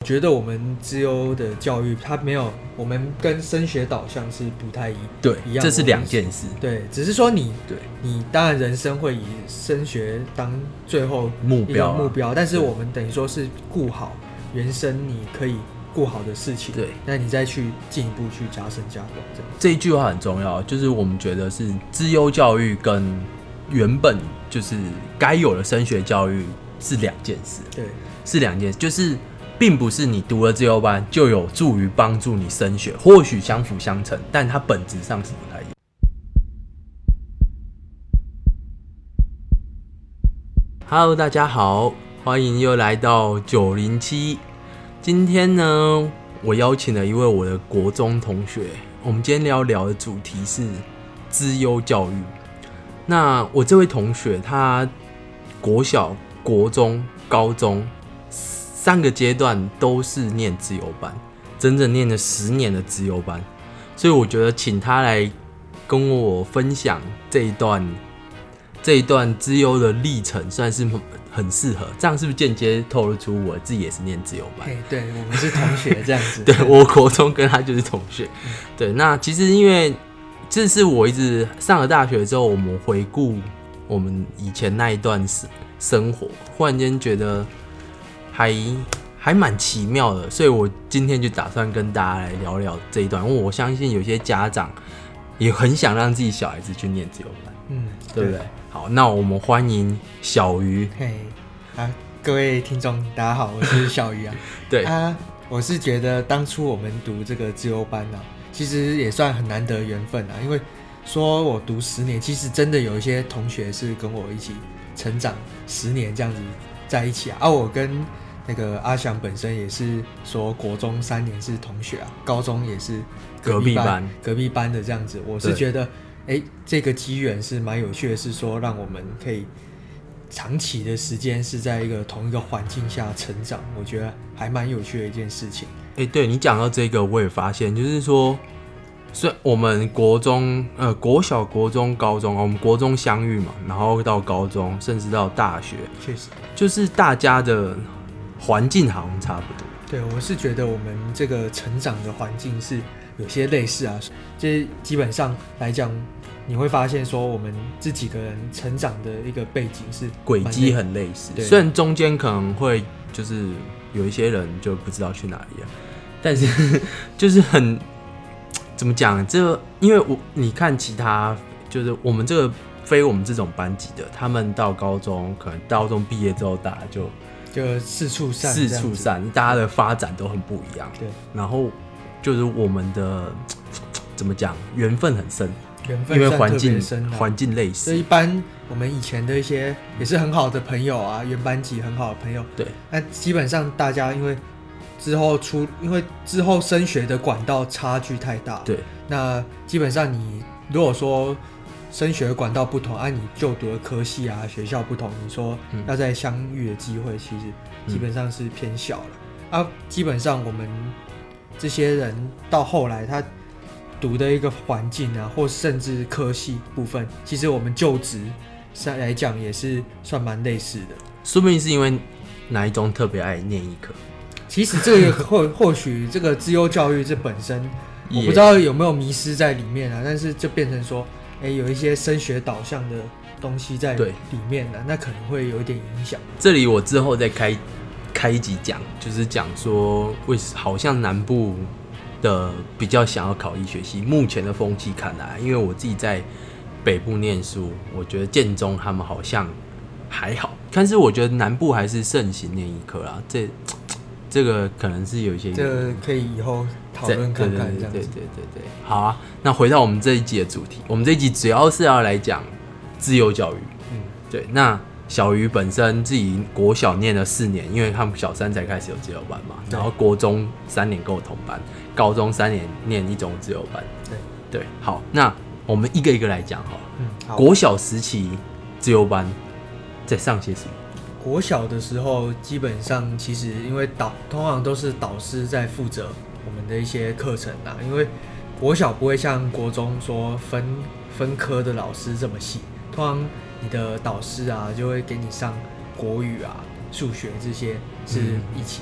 觉得我们资优的教育，它没有我们跟升学导向是不太一样， 这是两件事。 对，只是说你当然人生会以升学当最后目标，但是我们等于说是顾好原生你可以顾好的事情，对，那你再去进一步去加深加广。 这一句话很重要，就是我们觉得是资优教育跟原本就是该有的升学教育是两件事， 对， 是两件事，就是并不是你读了资优班就有助于帮助你升学，或许相辅相成，但它本质上是不太一样。Hello， 大家好，欢迎又来到907。今天呢，我邀请了一位我的国中同学，我们今天要聊的主题是资优教育。那我这位同学，他国小、国中、高中3个阶段都是念资优班，整整念了10年的资优班，所以我觉得请他来跟我分享这一段资优的历程，算是很适合。这样是不是间接透露出我自己也是念资优班？ 对，我们是同学这样子。 对，我国中跟他就是同学。对，那其实因为这是我一直上了大学之后，我们回顾我们以前那一段生活，忽然间觉得还蛮奇妙的，所以我今天就打算跟大家来聊聊这一段。因为我相信有些家长也很想让自己小孩子去念资优班，对不对？好，那我们欢迎小鱼。 各位听众大家好，我是小鱼啊。 对我是觉得当初我们读这个资优班啊，其实也算很难得缘分啊，因为说我读10年，其实真的有一些同学是跟我一起成长10年这样子在一起啊。我跟那个阿翔本身也是说国中3年是同学啊，高中也是隔壁班的这样子。我是觉得这个机缘是蛮有趣的，是说让我们可以长期的时间是在同一个环境下成长，我觉得还蛮有趣的一件事情。 对，你讲到这个，我也发现，就是说，所以我们国小、国中、高中，我们国中相遇嘛，然后到高中，甚至到大学， 确实，就是大家的环境好像差不多。 对，我是觉得我们这个成长的环境是有些类似啊，就是基本上来讲，你会发现说我们这几个人成长的一个背景是轨迹很类似，虽然中间可能会就是有一些人就不知道去哪里了，但是就是很怎么讲，因为你看其他就是我们这个非我们这种班级的，他们到高中可能高中毕业之后，大家就四处散，大家的发展都很不一样。 对， 然后就是我们的怎么讲，缘分很深， 因为环境类似。 所以一般我们以前的一些也是很好的朋友啊，原班级很好的朋友， 对， 那基本上大家因为之后升学的管道差距太大， 对， 那基本上你如果说升学管道不同你就读的科系啊学校不同，你说要再相遇的机会其实基本上是偏小了基本上我们这些人到后来他读的一个环境啊，或甚至科系部分，其实我们就职来讲也是算蛮类似的。 说不定是因为哪一中特别爱念医科。 其实这个或许这个资优教育这本身，我不知道有没有迷失在里面但是就变成说，有一些升学导向的东西在里面那可能会有一点影响。 这里我之后再开一集讲，就是讲说好像南部的比较想要考医学系，目前的风气看来，因为我自己在北部念书，我觉得建中他们好像还好，但是我觉得南部还是盛行念医科啦，这个可能是有一些， 这个可以以后讨论看看这样子。 对，好啊。那回到我们这一集的主题，我们这一集主要是要来讲资优教育。对。那小鱼本身自己国小念了4年，因为他们小3才开始有资优班嘛，然后国中3年跟我同班，高中3年念一种资优班。对，好，那我们一个一个来讲好了。 好。 国小时期资优班在上些什么？ 国小的时候，基本上其实因为通常都是导师在负责我们的一些课程因为国小不会像国中说分科的老师这么细，通常你的导师就会给你上国语数学这些是一起的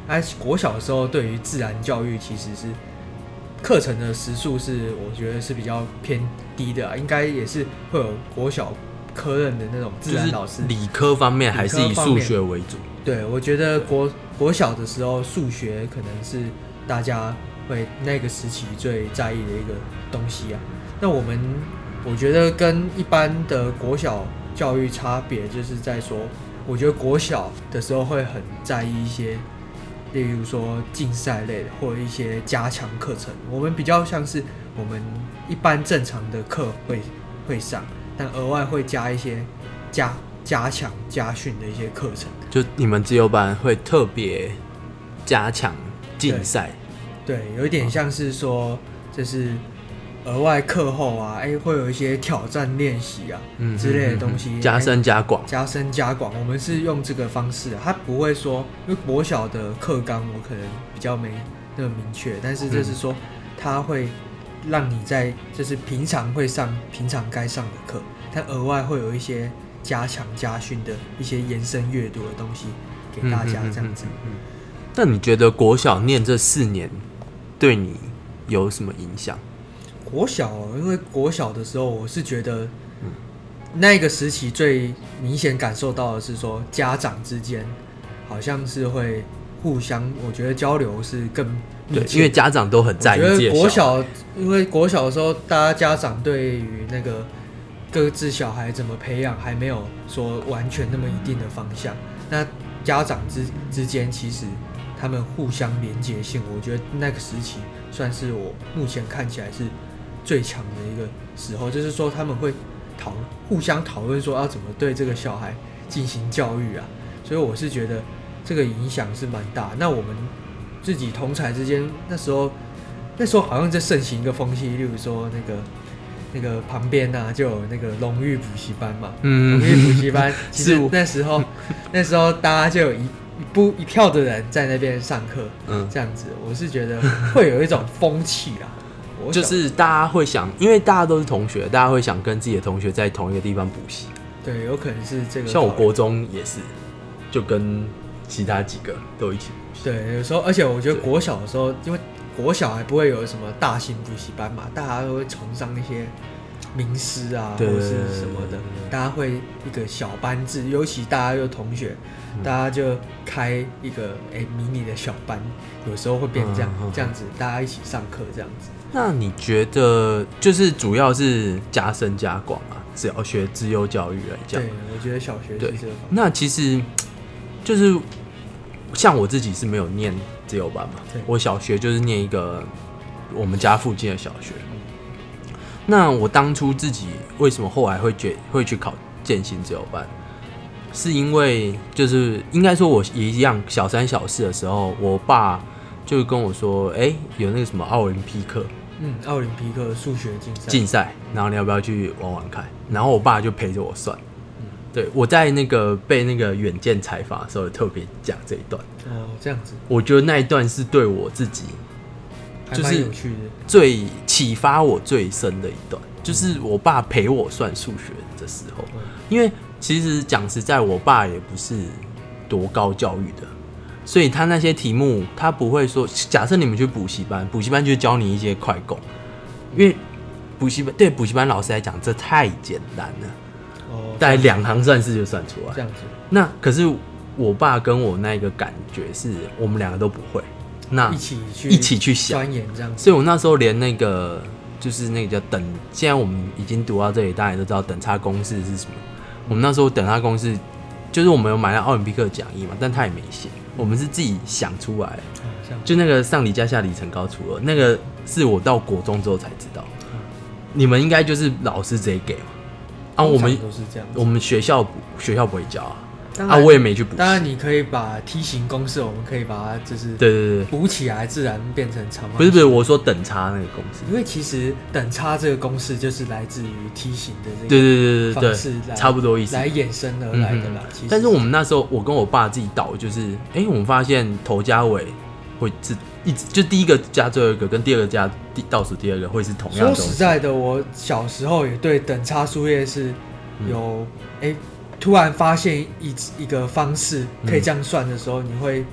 国小的时候对于自然教育其实是课程的时数是我觉得是比较偏低的应该也是会有国小科任的那种自然老师， 就是理科方面还是以数学为主。 对，我觉得国小的时候数学可能是大家会那个时期最在意的一个东西啊。那我觉得跟一般的国小教育差别就是在说，我觉得国小的时候会很在意一些，例如说竞赛类的或者一些加强课程，我们比较像是我们一般正常的课会上，但额外会加一些加强加训的一些课程。 就你们自由班会特别加强竞赛， 对，有一点像是说，就是额外课后啊，会有一些挑战练习啊之类的东西， 加深加广， 加深加广。我们是用这个方式它不会说，因为国小的课纲我可能比较没那么明确，但是就是说，它会让你在就是平常会上平常该上的课，但额外会有一些加强加训的一些延伸阅读的东西给大家这样子。 那你觉得国小念这4年对你有什么影响？ 国小，因为国小的时候，我是觉得那个时期最明显感受到的是说，家长之间好像是会互相，我觉得交流是更密切的。 对，因为家长都很在意自己的小孩。 因为国小的时候，大家家长对于那个各自小孩怎么培养，还没有说完全那么一定的方向。那家长之间其实他们互相连结性，我觉得那个时期算是我目前看起来是最强的一个时候，就是说他们会互相讨论说要怎么对这个小孩进行教育啊，所以我是觉得这个影响是蛮大。那我们自己同侪之间，那时候好像在盛行一个风气，例如说那个旁边啊就有那个荣誉补习班嘛，荣誉补习班，其实那时候大家就有一票的人在那边上课，这样子，我是觉得会有一种风气啦。 就是大家会想，因为大家都是同学，大家会想跟自己的同学在同一个地方补习。 对，有可能是这个。 像我国中也是，就跟其他几个都一起补习。 对，有时候，而且我觉得国小的时候，因为国小还不会有什么大型补习班嘛，大家都会崇尚一些名师啊，或是什么的，大家会一个小班制，尤其大家又同学，大家就开一个迷你的小班，有时候会变这样子，大家一起上课这样子。 那你觉得就是主要是加深加广啊？只要学资优教育来讲， 对，我觉得小学是这个。 那其实就是像我自己是没有念资优班嘛，我小学就是念一个我们家附近的小学。那我当初自己为什么后来会去考建新资优班？是因为就是应该说我也一样，小3小4的时候，我爸就跟我说，有那个什么奥林匹克。 奥林匹克数学竞赛，然后你要不要去玩玩看？然后我爸就陪着我算。对，我在那个被那个远见采访的时候，特别讲这一段。 这样子。我觉得那一段是对我自己，就是最启发我最深的一段，就是我爸陪我算数学的时候。因为其实讲实在，我爸也不是多高教育的。所以他那些题目，他不会说，假设你们去补习班，补习班就教你一些快攻，因为对补习班老师来讲，这太简单了，大概2行算式就算出来。 这样子。 那可是我爸跟我那个感觉是，我们2个都不会，那一起去想钻研这样子。 所以我那时候连那个就是那个叫现在我们已经读到这里，大家也都知道等差公式是什么。我们那时候等差公式，就是我们有买到奥林匹克讲义嘛，但他也没写。我们是自己想出来的，就那个上理加下理乘高除二，那个是我到国中之后才知道。你们应该就是老师直接给嘛？我们都是这样。 我们学校不会教我也没去补习。 当然，你可以把梯形公式，我们可以把它就是对补起来，自然变成长方形。 不是，我说等差那个公式， 因为其实等差这个公式就是来自于梯形的这个方式差不多意思来衍生而来的啦。 但是我们那时候，我跟我爸自己导，就是我们发现头加尾会是一直就第一个加最后一个，跟第二个加倒数第二个会是同样的。 说实在的，我小时候也对等差数列是有突然发现一个方式可以这样算的时候，你会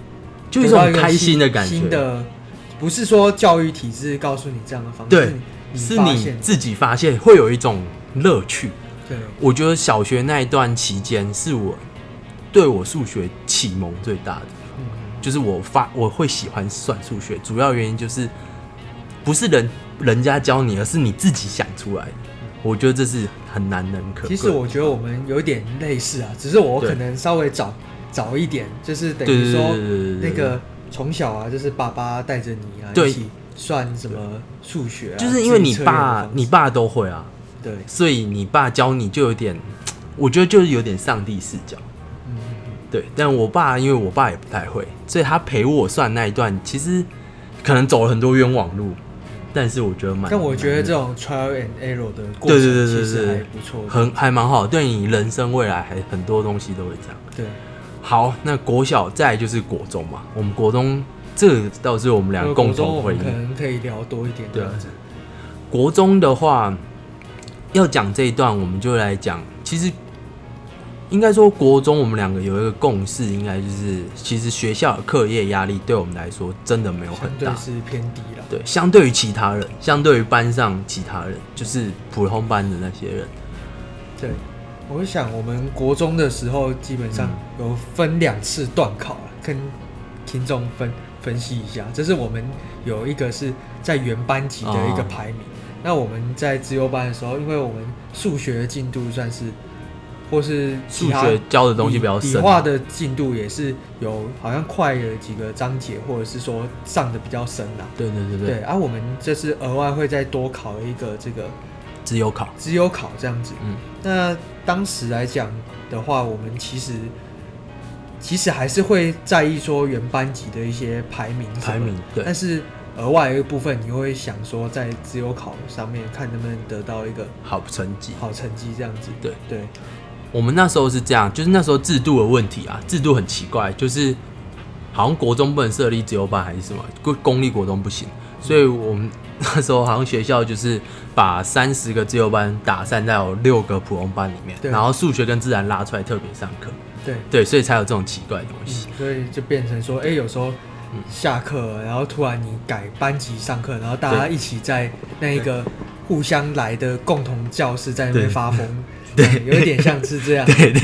就一种开心的感觉。 新的不是说教育体制告诉你这样的方式， 对，是你自己发现，会有一种乐趣。 对， 我觉得小学那一段期间是我对我数学启蒙最大的，就是我会喜欢算数学，主要原因就是不是人家教你，而是你自己想出来的。我觉得这是很难能可贵。 其实我觉得我们有点类似啊，只是我可能稍微早一点，就是等于说那个从小啊，就是爸爸带着你啊一起算什么数学啊， 就是因为你爸都会啊， 对， 所以你爸教你就有点，我觉得就是有点上帝视角。对，但我爸因为我爸也不太会，所以他陪我算那一段，其实可能走了很多冤枉路。但是我觉得但我觉得这种 trial and error 的过程其实还不错， 还蛮好，对你人生未来还很多东西都会这样。 对， 好，那国小再来就是国中嘛，我们国中这个倒是我们俩共同回忆， 可能可以聊多一点这样子。 国中的话，要讲这一段，我们就来讲，其实应该说国中我们两个有一个共识，应该就是其实学校的课业压力对我们来说真的没有很大， 相对是偏低啦。 对，相对于其他人，相对于班上其他人，就是普通班的那些人。 对，我想我们国中的时候基本上有分2次段考啦，跟听众分析一下。这是我们有一个是在原班级的一个排名。那我们在资优班的时候，因为我们数学的进度算是，或是数学教的东西比较深， 理化的进度也是有好像快了几个章节，或者是说上的比较深啦。 对。 对，我们这次额外会再多考一个这个资优考这样子。那当时来讲的话，我们其实还是会在意说原班级的一些排名， 对。 但是额外一个部分，你会想说在资优考上面看能不能得到一个好成绩这样子。对。 我们那时候是这样，就是那时候制度的问题啊，制度很奇怪，就是好像国中不能设立资优班还是什么，公立国中不行，所以我们那时候好像学校就是把30个资优班打散在有6个普通班里面，然后数学跟自然拉出来特别上课。对，所以才有这种奇怪的东西。 所以就变成说，有时候下课，然后突然你改班级上课，然后大家一起在那一个互相来的共同教室在那边发疯。对，有点像是这样。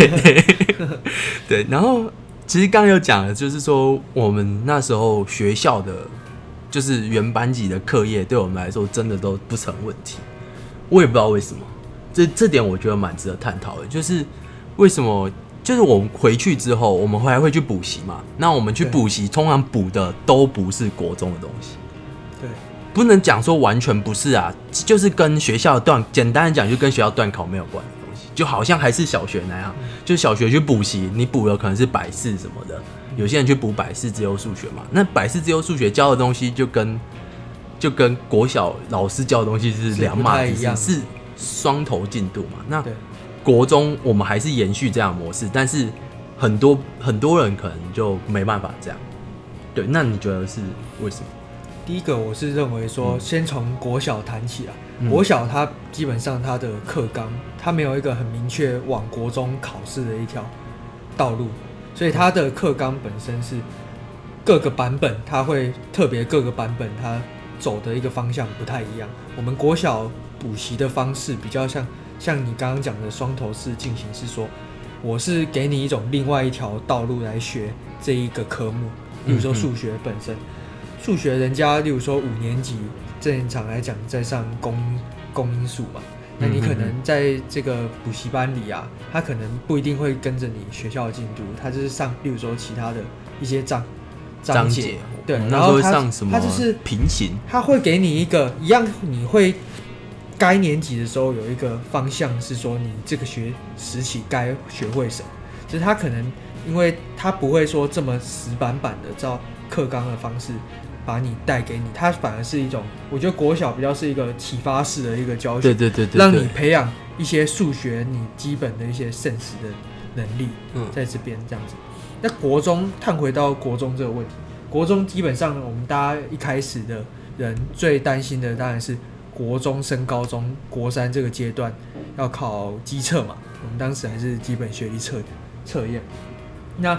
对。然后其实刚刚有讲的，就是说我们那时候学校的，就是原班级的课业，对我们来说真的都不成问题。我也不知道为什么，这点我觉得蛮值得探讨的，就是为什么？就是我们回去之后，我们还会去补习嘛？那我们去补习，通常补的都不是国中的东西。 对。 不能讲说完全不是啊，就是跟学校简单的讲，就跟学校段考没有关。就好像还是小学那样，就是小学去补习，你补的可能是百式什么的，有些人去补百式资优数学嘛。那百式资优数学教的东西就跟国小老师教的东西是两码子事，是双头进度嘛。那国中我们还是延续这样的模式，但是很多人可能就没办法这样。对，那你觉得是为什么？ 第一个我是认为说，先从国小谈起啊。国小它基本上它的课纲，它没有一个很明确往国中考试的一条道路，所以它的课纲本身是各个版本，它会特别各个版本它走的一个方向不太一样。我们国小补习的方式比较像你刚刚讲的双头式进行，是说我是给你一种另外一条道路来学这一个科目，比如说数学本身。数学人家例如说5年级正常来讲在上公因数嘛，那你可能在这个补习班里啊，他可能不一定会跟着你学校的进度，他就是上例如说其他的一些章节，对，然后他就是平行， 他会给你一个一样，你会该年级的时候有一个方向是说你这个时期该学会什么，就是他可能因为他不会说这么死板板的照课纲的方式把你带给你，它反而是一种，我觉得国小比较是一个启发式的一个教学， 对， 让你培养一些数学你基本的一些sense的能力，在这边这样子。那国中探回到国中这个问题，国中基本上我们大家一开始的人最担心的当然是国中升高中，国3这个阶段要考基测嘛，我们当时还是基本学历测验。那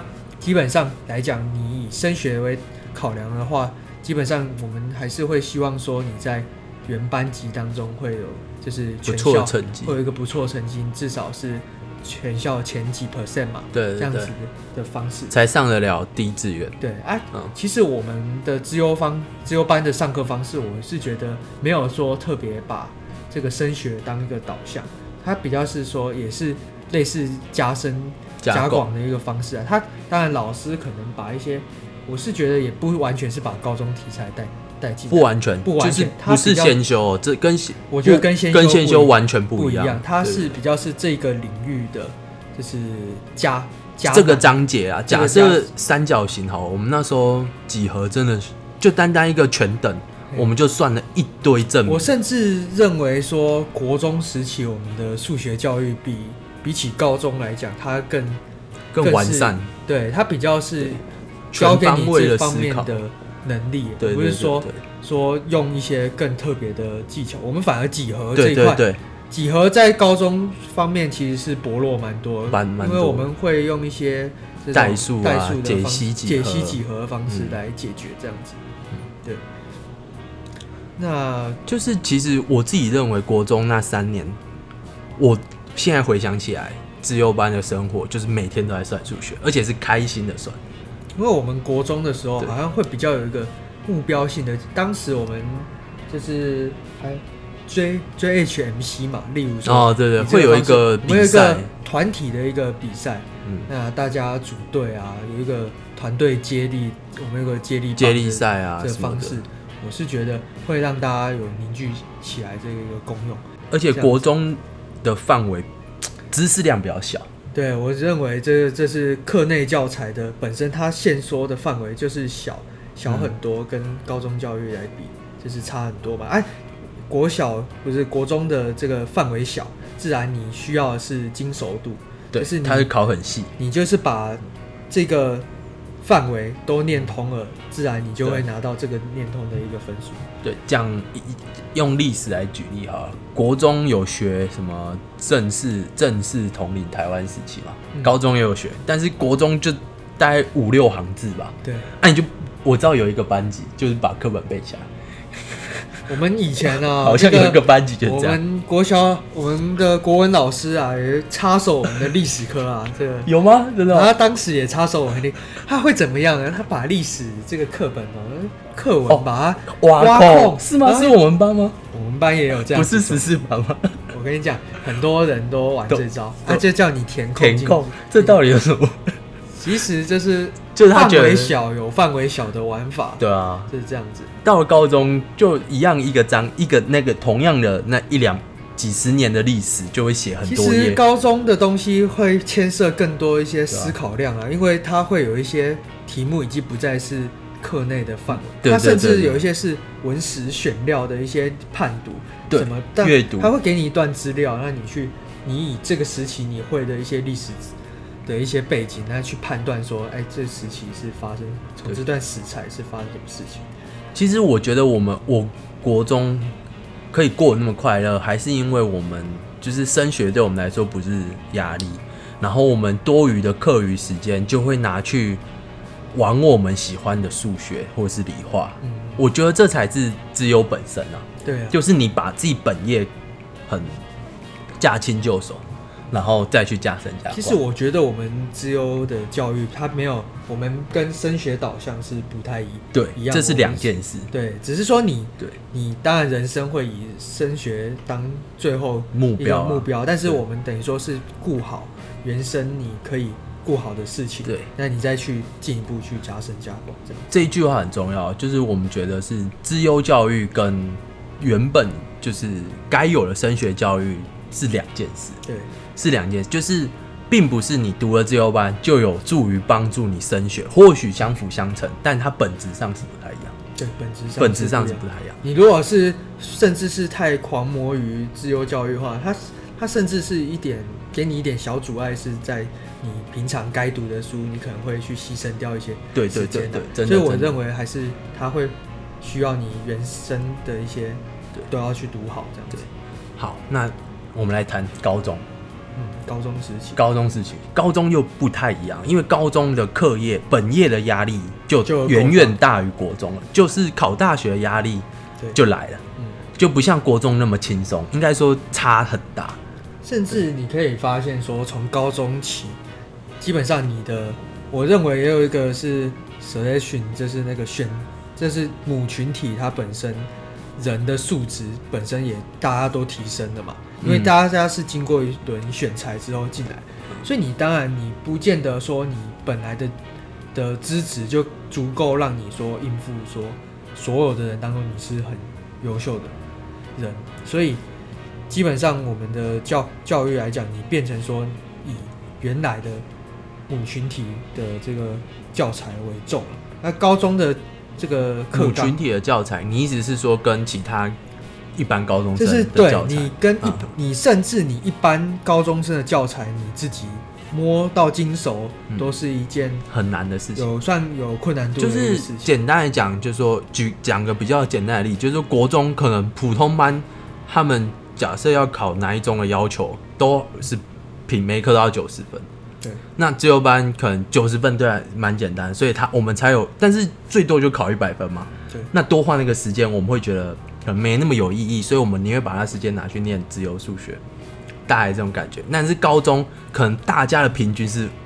基本上来讲，你以升学为考量的话，基本上我们还是会希望说你在原班级当中会有就是全校会有一个不错的成绩，至少是全校前几%嘛， 对， 这样子的方式才上得了第一志愿。 对啊，其实我们的资优班的上课方式，我是觉得没有说特别把这个升学当一个导向，它比较是说也是类似加深加广的一个方式啊。它当然老师可能把一些，我是觉得也不完全是把高中题材带进来， 不完全，就是不是先修，这我觉得跟先修完全不一样。 它是比较是这个领域的，就是加这个章节啊。假设三角形好，我们那时候几何真的就单一个全等，我们就算了一堆证明。 我甚至认为说，国中时期我们的数学教育比起高中来讲，它更完善。 对，它比较是教给你这方面的能力，不是说用一些更特别的技巧。我们反而几何这一块，几何在高中方面其实是薄弱蛮多，因为我们会用一些代数啊、 解析几何的方式来解决这样子。对，那就是其实我自己认为国中那3年，我现在回想起来，资优班的生活就是每天都在算数学，而且是开心的算。 因为我们国中的时候好像会比较有一个目标性的，当时我们就是还追 HMC 嘛，例如说对，会有一个比赛， 团体的一个比赛，那大家组队啊，有一个团队接力，我们有个接力赛啊， 这个方式，我是觉得会让大家有凝聚起来这个一个功用， 而且国中的范围知识量比较小。 对，我认为这是课内教材的本身，它限缩的范围就是小很多，跟高中教育来比，就是差很多吧。国小不是国中的这个范围小，自然你需要的是精熟度， 对， 就是它是考很细， 你就是把这个范围都念通了，自然你就会拿到这个念通的一个分数。 对，讲用历史来举例哈，国中有学什么正式统领台湾时期嘛，高中也有学，但是国中就大概5-6行字吧。 对， 我知道有一个班级就是把课本背起来。 我们以前啊， 好像有一个班级就是这样。 我们的国文老师啊，也插手我们的历史科啊，这个有吗？真的？ 他当时也插手我们的，他会怎么样呢？他把历史这个课本课文把它挖空， 是吗？是我们班吗？ 我们班也有这样， 不是14班吗？ 我跟你讲，很多人都玩这招，他就叫你填空，这到底有什么？ 其实就是他觉得有范围小的玩法， 对啊， 就是这样子。 到了高中就一样一个章，一个那个同样的那几十年的历史就会写很多页。 其实高中的东西会牵涉更多一些思考量啊，因为它会有一些题目已经不再是课内的范围，它甚至有一些是文史选料的一些判读，什么阅读，它会给你一段资料，让你以这个时期你会的一些历史的一些背景，那去判断说，这时期是发生从这段史材是发生什么事情。 其实我觉得我国中可以过得那么快乐，还是因为我们就是升学对我们来说不是压力，然后我们多余的课余时间就会拿去玩我们喜欢的数学或是理化。我觉得这才是资优本身啊。 对啊， 就是你把自己本业很驾轻就熟，然后再去加深加广。 其实我觉得我们资优的教育，它没有我们跟升学导向是不太一样， 这是2件事。 对，只是说你当然人生会以升学当最后目标，但是我们等于说是顾好原生你可以顾好的事情， 对， 那你再去进一步去加深加广。 这一句话很重要，就是我们觉得是资优教育跟原本就是该有的升学教育是2件事。 对， 是2件事，就是并不是你读了资优班就有助于帮助你升学，或许相辅相成，但它本质上是不太一样。 对， 本质上是不太一样。 你如果是甚至是太狂魔于资优教育的话，它甚至是给你一点小阻碍，是在你平常该读的书，你可能会去牺牲掉一些时间。对，所以我认为还是它会需要你原生的一些都要去读好这样子。 好，那我们来谈高中。 高中时期， 高中又不太一样，因为高中的课业本业的压力就远远大于国中了，就是考大学的压力就来了，就不像国中那么轻松，应该说差很大。 甚至你可以发现说，从高中起，基本上我认为也有一个是 selection， 就是那个这是母群体它本身人的素质本身也大家都提升了嘛，因为大家是经过一轮选材之后进来，所以当然你不见得说你本来的资质就足够让你说应付说所有的人当中你是很优秀的人，所以基本上我们的教育来讲，你变成说以原来的母群体的这个教材为重了。那高中的这个课纲， 母群体的教材，你意思是说跟其他一般高中生就是的教材， 对你甚至你一般高中生的教材，你自己摸到经熟，都是一件很难的事情， 算有困难度的一件事情。 就是简单来讲，就是说讲个比较简单的例子，就是说国中可能普通班他们假设要考哪一中的要求，都是每科都要90分。 对， 那自由班可能90分对蛮简单，所以我们才有，但是最多就考100分嘛。 对， 那多花那个时间，我们会觉得可能没那么有意义，所以我们宁愿把那时间拿去念自由数学，大概这种感觉。但是高中可能大家的平均是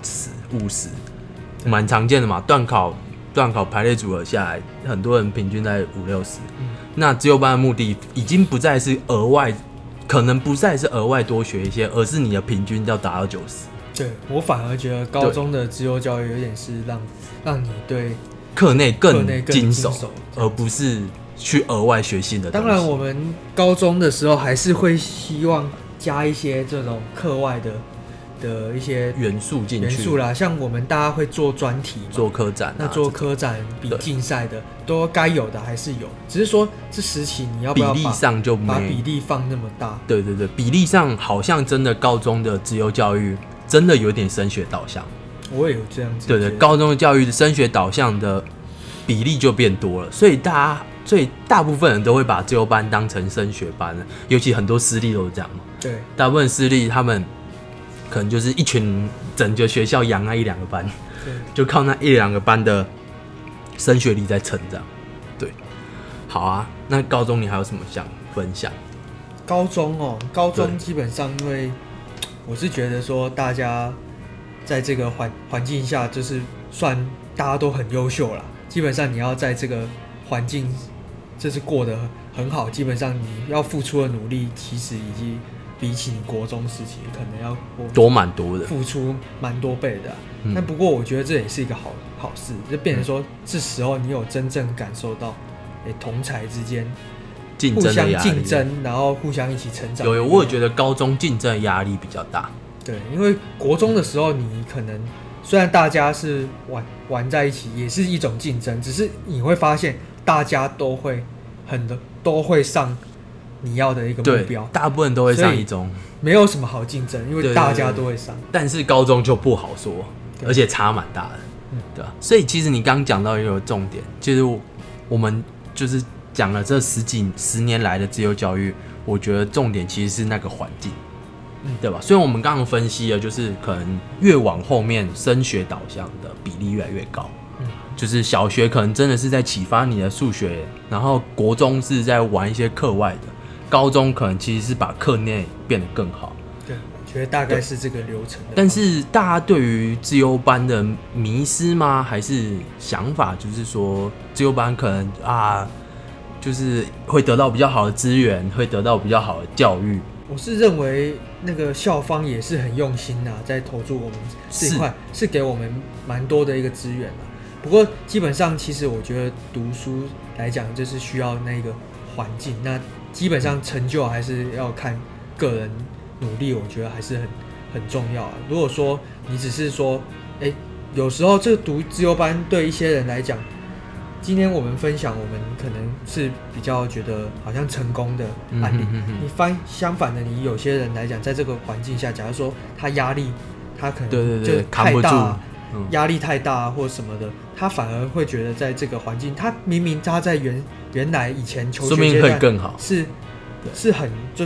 60、50，蛮常见的嘛。段考排列组合下来，很多人平均在50、60。那自由班的目的已经不再是额外，可能不再是额外多学一些，而是你的平均要达到90。 对，我反而觉得高中的自由教育有点是让你对课内更精熟，而不是去额外学新的东西。 当然，我们高中的时候还是会希望加一些这种课外的一些元素进去， 元素啦，像我们大家会做专题嘛， 做科展， 那做科展比竞赛的都该有的还是有，只是说这时期你要不要比例上就把比例放那么大？ 对，比例上好像真的高中的自由教育真的有点升学导向。 我也有这样子。 对，高中的教育升学导向的比例就变多了，所以大部分人都会把自由班当成升学班了，尤其很多私立都是这样嘛。 对， 大部分私立他们可能就是一群整个学校养那1-2个班，就靠那1-2个班的升学率在成长。对，好啊，那高中你还有什么想分享？ 高中基本上因为我是觉得说大家在这个环境下，就是算大家都很优秀啦，基本上你要在这个环境就是过得很好，基本上你要付出的努力其实已经比起你国中时期可能要多蛮多的， 付出蛮多倍的但不过我觉得这也是一个好事，就变成说这时候你有真正感受到同侪之间互相竞争，然后互相一起成长。 有，我也觉得高中竞争的压力比较大。 对，因为国中的时候你可能虽然大家是玩在一起，也是一种竞争，只是你会发现大家都会上你要的一个目标， 大部分都会上一中， 没有什么好竞争，因为大家都会上。 但是高中就不好说，而且差蛮大的，对吧？所以其实你刚讲到一个重点，就是我们就是讲了这10年来的自由教育，我觉得重点其实是那个环境，对吧？所以我们刚刚分析了，就是可能越往后面升学导向的比例越来越高。就是小学可能真的是在启发你的数学，然后国中是在玩一些课外的，高中可能其实是把课内变得更好。 对，我觉得大概是这个流程。 但是大家对于自由班的迷思吗？还是想法就是说自由班可能就是会得到比较好的资源，会得到比较好的教育？ 我是认为那个校方也是很用心在投注我们这一块，是给我们蛮多的一个资源不过基本上，其实我觉得读书来讲，就是需要那个环境。那基本上成就还是要看个人努力，我觉得还是很重要如果说你只是说，有时候这个读自由班对一些人来讲，今天我们分享，我们可能是比较觉得好像成功的案例。你相反的，你有些人来讲，在这个环境下，假如说他压力，他可能就太大。压力太大或什么的，他反而会觉得在这个环境，他明明他在原来以前求学阶段说不定会更好， 是很就是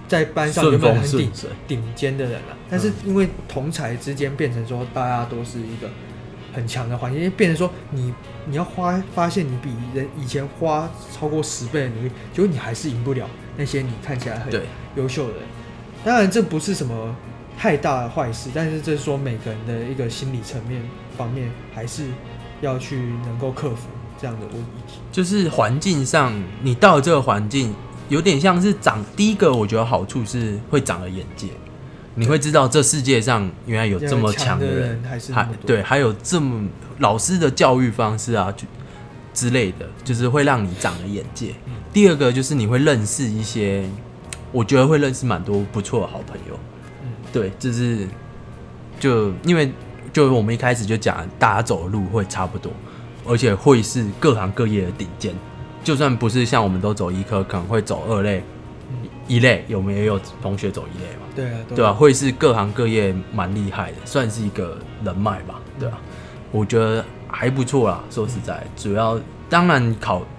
在班上原本很顺风顺水顶尖的人了，但是因为同才之间变成说大家都是一个很强的环境，变成说你要发现你比人以前花超过10倍的努力，结果你还是赢不了那些你看起来很优秀的人。当然这不是什么太大的坏事，但是这是说每个人的一个心理层面方面还是要去能够克服这样的问题。 就是环境上，你到了这个环境，有点像是第一个我觉得好处是会长了眼界，你会知道这世界上原来有这么强的人，还有这么老师的教育方式啊之类的，就是会让你长了眼界。第二个就是你会认识一些，我觉得会认识蛮多不错的好朋友。对，就是因为我们一开始就讲，大家走的路会差不多，而且会是各行各业的顶尖。就算不是像我们都走医科，可能会走2类、1类，我们也有同学走1类嘛。 对啊， 对啊，会是各行各业蛮厉害的，算是一个人脉吧。对啊，我觉得还不错啦。说实在，主要当然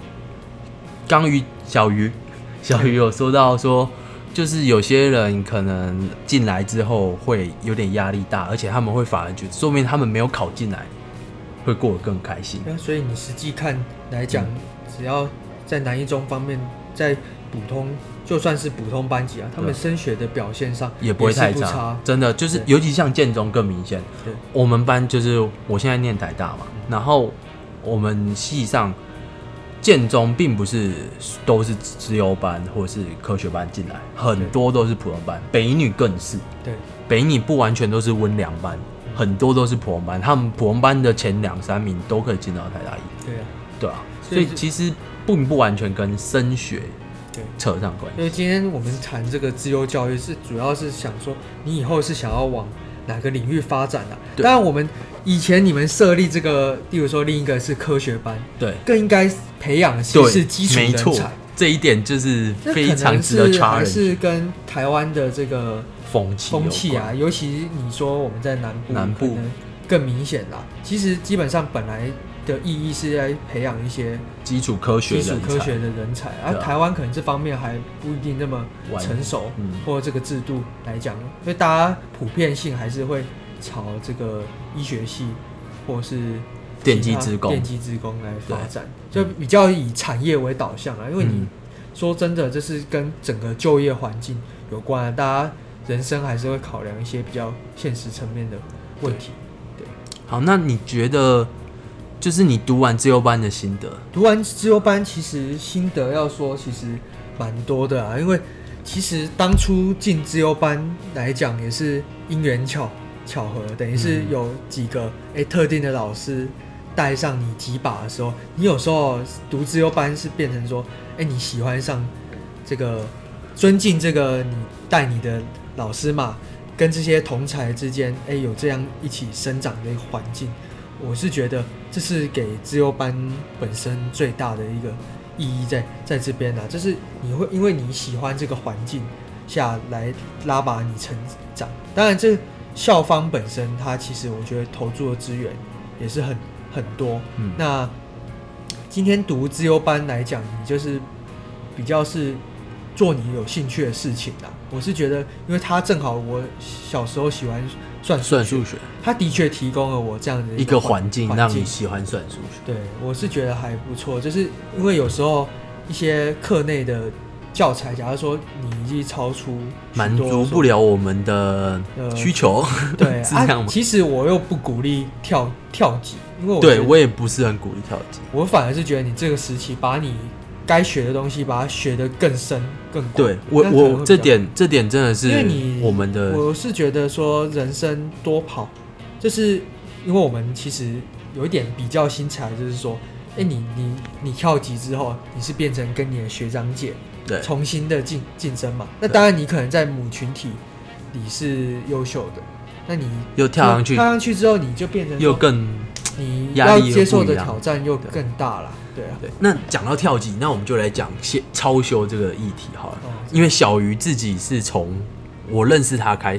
小鱼有说到说，就是有些人可能进来之后会有点压力大，而且他们会反而觉得，说明他们没有考进来，会过得更开心。 所以你实际看来讲，只要在南一中方面，在普通就算是普通班级啊，他们升学的表现上也不会太差，真的就是尤其像建中更明显。我们班就是我现在念台大嘛，然后我们系上建中并不是都是资优班或是科学班进来，很多都是普通班，北一女更是。对，北一女不完全都是温良班，很多都是普通班，他们普通班的前2-3名都可以进到台大一。对啊，所以其实并不完全跟升学扯上关系。 所以今天我们谈这个资优教育，是主要是想说，你以后是想要往哪个领域发展啊？当然，我们以前你们设立这个，例如说另一个是科学班，对，更应该培养的是基础人才。 这一点就是非常值得 challenge， 还是跟台湾的这个风气啊，尤其你说我们在南部可能更明显啦。其实基本上本来的意义是在培养一些基础科学的人才，而台湾可能这方面还不一定那么成熟，或这个制度来讲，所以大家普遍性还是会朝这个医学系或是电机职工来发展，就比较以产业为导向啊。因为你说真的，这是跟整个就业环境有关啊，大家人生还是会考量一些比较现实层面的问题。对， 好，那你觉得？就是你读完资优班的心得。 读完资优班，其实心得要说，其实蛮多的啊。因为其实当初进资优班来讲，也是因缘巧合，等于是有几个特定的老师带上你几把的时候，你有时候读资优班是变成说，你喜欢上这个尊敬这个你带你的老师嘛，跟这些同侪之间，有这样一起生长的一个环境。我是觉得这是给资优班本身最大的一个意义在这边啊，就是你会因为你喜欢这个环境下来拉拔你成长。当然，这校方本身它其实我觉得投注的资源也是很多。那今天读资优班来讲，你就是比较是做你有兴趣的事情啦。我是觉得，因为它正好我小时候喜欢算数学，它的确提供了我这样的一个环境，让你喜欢算数学。 对，我是觉得还不错，就是因为有时候一些课内的教材，假如说你已经超出满足不了我们的需求， 对， 是这样吗？ 其实我又不鼓励跳级，因为我也不是很鼓励跳级， 我反而是觉得你这个时期把你该学的东西，把它学得更深更广。 对，我这点真的是我们的。 我是觉得说人生多跑，就是因为我们其实有一点比较心态，就是说，你跳级之后，你是变成跟你的学长姐重新的竞争嘛？那当然你可能在母群体里是优秀的，那你又跳上去之后，你就变成又更你要接受的挑战又更大了。对啊， 那讲到跳级，那我们就来讲超修这个议题好了。因为小鱼自己是从我认识他开始，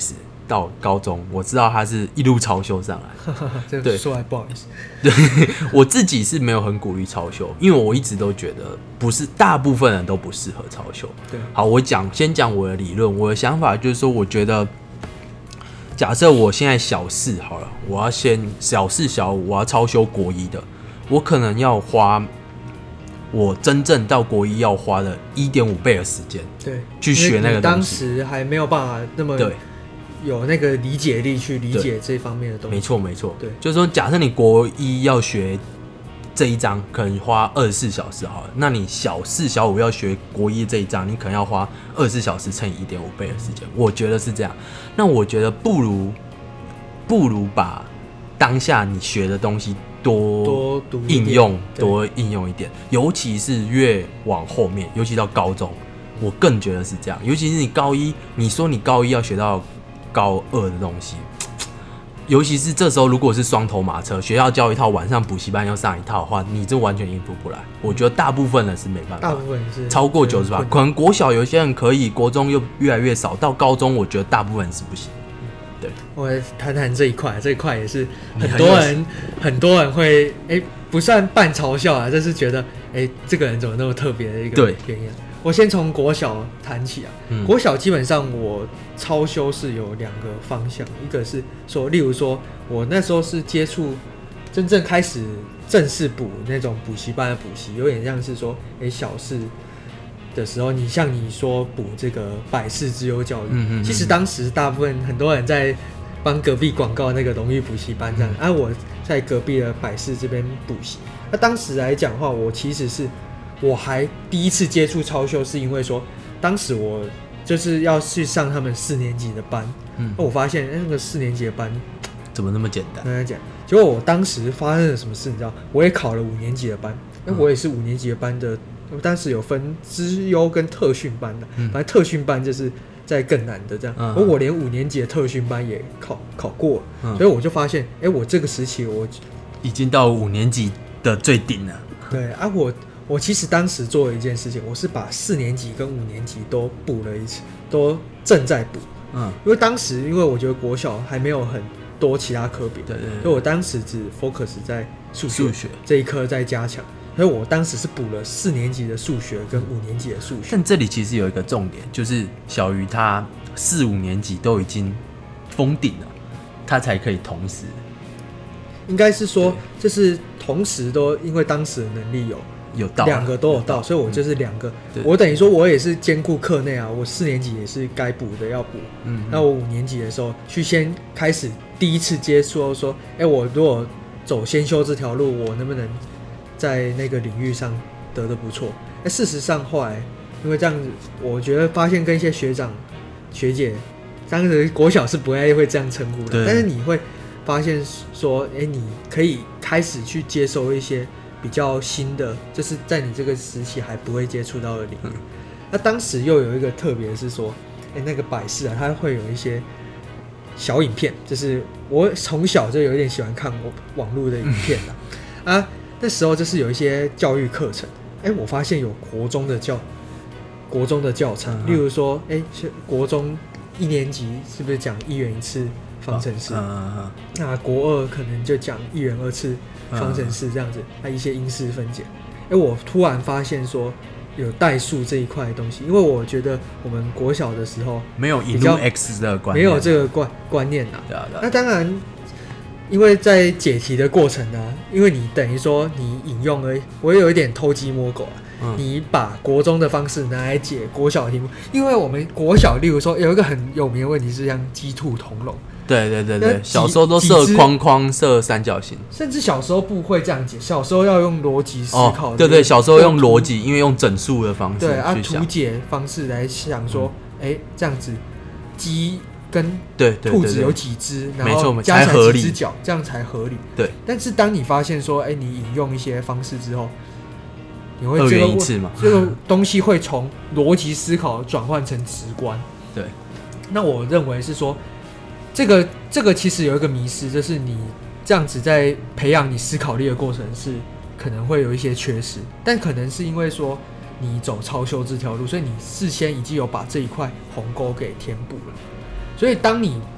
到高中，我知道他是一路超修上来。 这说来不好意思。 对，我自己是没有很鼓励超修，因为我一直都觉得不是大部分人都不适合超修。 对， 好，我先讲我的理论，我的想法就是说，我觉得假设我现在小四好了，我要先小四小五，我要超修国一的，我可能要花我真正到国一要花的1.5倍的时间， 对， 去学那个东西。 当时还没有办法那么有那个理解力去理解这方面的东西。 没错， 对， 就是说，假设你国一要学这一章，可能花24小时好了，那你小四小五要学国一这一章，你可能要花24小时乘以1.5倍的时间，我觉得是这样。那我觉得不如把当下你学的东西多应用一点，尤其是越往后面，尤其到高中，我更觉得是这样。尤其是你高一，你说你高一要学到高2的东西，尤其是这时候如果是双头马车，学校教一套，晚上补习班要上一套的话，你这完全应付不来。我觉得大部分人是没办法， 大部分是超过90%，可能国小有些人可以，国中又越来越少，到高中我觉得大部分人是不行。对， 我来谈谈这一块也是很多人会不算半嘲笑啊，就是觉得这个人怎么那么特别的一个原因。我先从国小谈起啊，国小基本上我超修是有2个方向，一个是说，例如说我那时候是接触真正开始正式补那种补习班的补习，有点像是说小四的时候，像你说补这个百世之优教育，其实当时大部分很多人在帮隔壁广告那个荣誉补习班这样，我在隔壁的百世这边补习。那当时来讲的话，我还第一次接触超修，是因为说当时我就是要去上他们4年级的班，我发现那个4年级的班怎么那么简单？ 跟他讲，结果我当时发生了什么事，你知道？我也考了5年级的班，我也是5年级的班的。我当时有分资优跟特训班的，反正特训班就是在更难的这样。我连5年级的特训班也考过了，所以我就发现，我这个时期我已经到5年级的最顶了。 对啊，我其实当时做了一件事情，我是把4年级跟5年级都补了一次，都正在补。因为当时因为我觉得国小还没有很多其他科别，所以我当时只 focus 在数学这一科在加强。所以我当时是补了4年级的数学跟5年级的数学。 但这里其实有一个重点，就是小鱼他4、5年级都已经封顶了，他才可以同时。 应该是说，就是同时都因为当时的能力有到2个都有到，所以我就是2个。我等于说我也是兼顾课内啊，我4年级也是该补的要补。那我5年级的时候去先开始第一次接触说，我如果走先修这条路，我能不能在那个领域上得不错？事实上后来因为这样子，我觉得发现跟一些学长学姐，当时国小是不会这样称呼的，但是你会发现说，你可以开始去接受一些比较新的，就是在你这个时期还不会接触到的领域。那当时又有一个特别是说，那个百事啊，它会有一些小影片，就是我从小就有一点喜欢看网络的影片啊。那时候就是有一些教育课程，我发现有国中的教材，例如说，国中1年级是不是讲1元1次方程式？那国2可能就讲1元2次方程式这样子，一些因式分解。我突然发现说有代数这一块的东西，因为我觉得我们国小的时候没有引入 x 的观念， 没有这个观念对啊。 那当然。因为在解题的过程呢，因为你等于说你引用而已，我有一点偷鸡摸狗你把国中的方式拿来解国小的题目，因为我们国小，例如说有一个很有名的问题是像鸡兔同笼。 对，小时候都设框框、设三角形， 甚至小时候不会这样解，小时候要用逻辑思考。 对，小时候用逻辑，因为用整数的方式去想， 图解方式来想说，这样子鸡跟兔子有几只，然后加起来几只脚，这样才合理。 对。 但是当你发现说，你引用一些方式之后，你会 2元1次嘛， 这个东西会从逻辑思考转换成直观。 对。 那我认为是说，这个其实有一个迷思，就是你这样子在培养你思考力的过程是可能会有一些缺失，但可能是因为说你走超修这条路，所以你事先已经有把这一块鸿沟给填补了。所以当你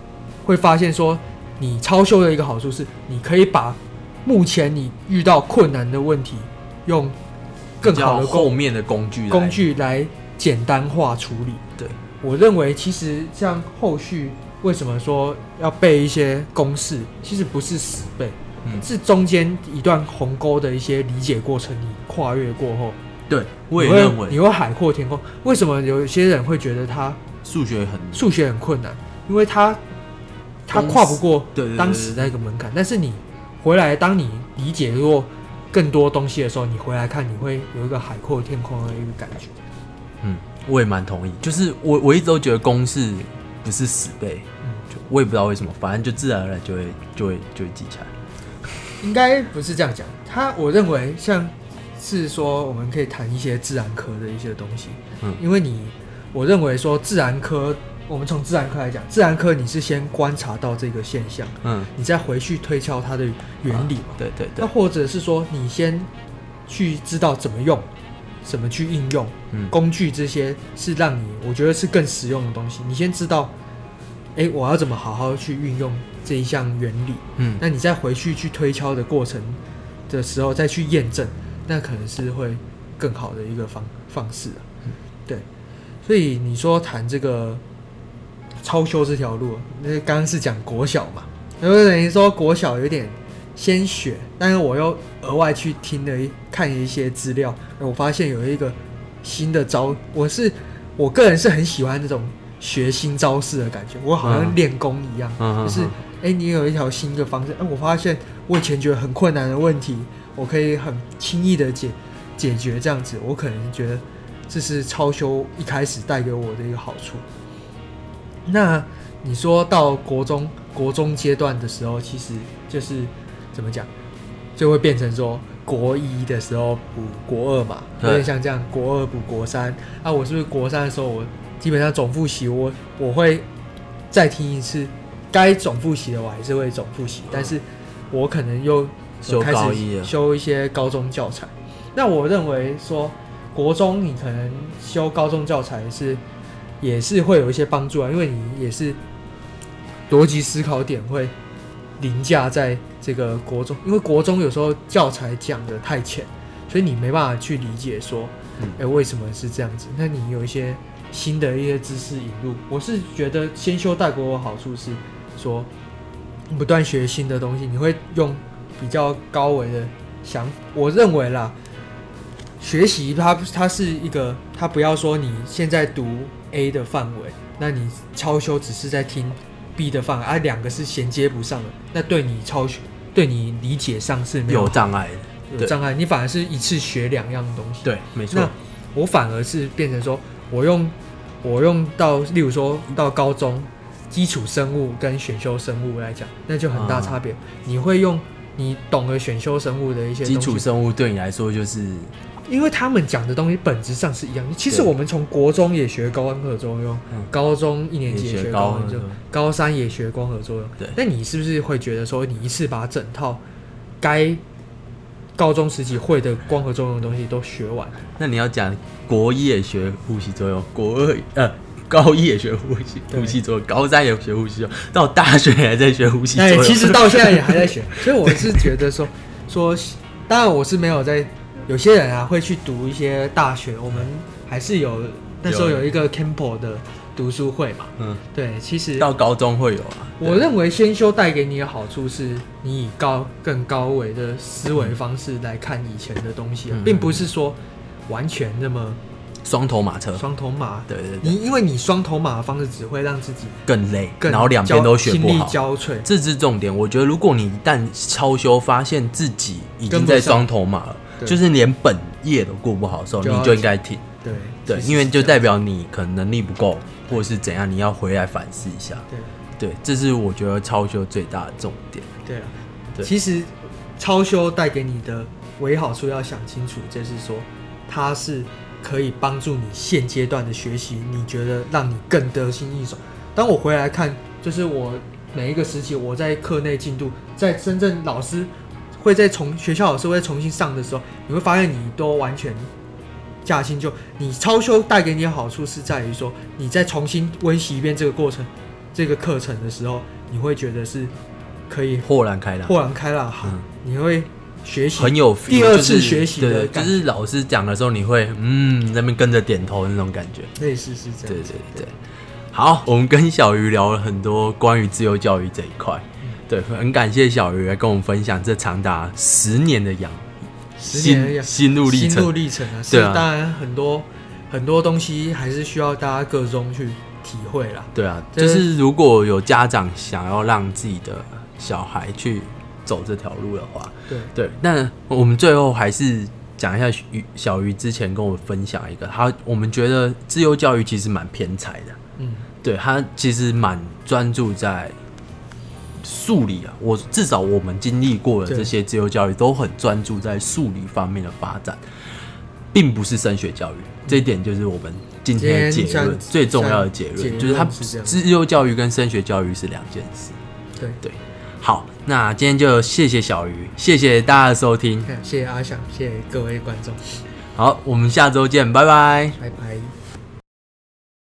会发现说，你超修的一个好处是，你可以把目前你遇到困难的问题，用更好的后面的工具来简单化处理。 对， 我认为其实像后续为什么说要背一些公式，其实不是死背，是中间一段鸿沟的一些理解过程，你跨越过后， 对，我也认为你会海阔天空。为什么有些人会觉得他数学很困难？因为他跨不过当时那个门槛。但是你回来，当你理解过更多东西的时候，你回来看，你会有一个海阔天空的一个感觉。 我也蛮同意。就是我一直都觉得公式不是死背，我也不知道为什么，反正就自然而然就会记起来。 应该不是这样讲，我认为像是说我们可以谈一些自然科的一些东西，因为我认为说自然科，我们从自然科来讲，自然科你是先观察到这个现象，你再回去推敲它的原理嘛， 对。 那或者是说你先去知道怎么用，怎么去应用，工具这些是让你我觉得是更实用的东西，你先知道。我要怎么好好去运用这一项原理？那你再回去推敲的过程的时候，再去验证，那可能是会更好的一个方式对，所以你说谈这个超修这条路，那刚刚是讲国小嘛，然后等于说国小有点先学，但是我又额外去看一些资料，我发现有一个新的招，我个人是很喜欢这种。学新招式的感觉，我好像练功一样，就是你有一条新的方式，我发现我以前觉得很困难的问题，我可以很轻易的解决这样子，我可能觉得这是超修一开始带给我的一个好处。那你说到国中阶段的时候，其实就是怎么讲，就会变成说国一的时候补国二嘛，有点像这样，国二补国三啊，我是不是国三的时候我基本上总复习我会再听一次，该总复习的我还是会总复习，但是我可能又开始修一些高中教材。那我认为说国中你可能修高中教材也是会有一些帮助啊，因为你也是逻辑思考点会凌驾在这个国中，因为国中有时候教材讲的太浅，所以你没办法去理解说为什么是这样子。那你有一些新的一些知识引入，我是觉得先修带给我好处是说，不断学新的东西，你会用比较高维的想法。我认为啦，学习它是一个，它不要说你现在读 A 的范围，那你超修只是在听 B 的范围，两个是衔接不上的，那对你超修对你理解上是没有障碍的， 有障碍，你反而是一次学两样东西。 对，没错。 那我反而是变成说，我用到，例如说到高中基础生物跟选修生物来讲，那就很大差别。你会用你懂得选修生物的一些东西， 基础生物对你来说就是， 因为他们讲的东西本质上是一样的。其实我们从国中也学光合作用，高中1年级也学光合作用，高三也学光合作用。 对， 那你是不是会觉得说，你一次把整套该高中时期会的光合作用的东西都学完？ 那你要讲国一也学呼吸作用，高一也学呼吸作用，高三也学呼吸作用，到大学还在学呼吸作用。 其实到现在也还在学，所以我是觉得说，当然我是没有在，有些人啊会去读一些大学，我们还是有那时候有一个 Campbell 的读书会嘛，对，其实到高中会有啊。 我认为先修带给你的好处是，你以更高维的思维方式来看以前的东西，并不是说完全那么双头马车。 双头马， 对。 因为你双头马的方式只会让自己更累，然后两边都学不好， 心力交瘁。 这是重点。我觉得如果你一旦超修，发现自己已经在双头马了，就是连本业都过不好的时候，你就应该停。对，因为就代表你可能能力不够，或者是怎样，你要回来反思一下。对，这是我觉得超修最大的重点。 对，其实超修带给你的唯好处要想清楚，就是说它是可以帮助你现阶段的学习，你觉得让你更得心应手。当我回来看，就是我每一个时期我在课内进度，在真正老师会学校老师会重新上的时候，你会发现你都完全驾轻就。你超修带给你的好处是在于说，你再重新温习一遍这个过程， 这个课程的时候，你会觉得是可以豁然开朗， 你会学习很有 feel, 第二次学习的感觉， 就是老师讲的时候，你会那边跟着点头的那种感觉， 类似是这样。 对。好，我们跟小鱼聊了很多关于自由教育这一块，对，很感谢小鱼来跟我们分享这长达10年的心路历程啊，是啊，当然很多东西还是需要大家个中去体会啦。 对啊，就是如果有家长想要让自己的小孩去走这条路的话，对，但我们最后还是讲一下小鱼之前跟我分享一个，我们觉得自由教育其实蛮偏财的。对，他其实蛮专注在数理啊，至少我们经历过的这些自由教育都很专注在数理方面的发展，并不是升学教育。这一点就是我们今天的结论，最重要的结论就是它自由教育跟升学教育是2件事。对，好，那今天就谢谢小鱼，谢谢大家的收听， 谢谢阿翔，谢谢各位观众。 好，我们下周见，拜拜， 拜拜。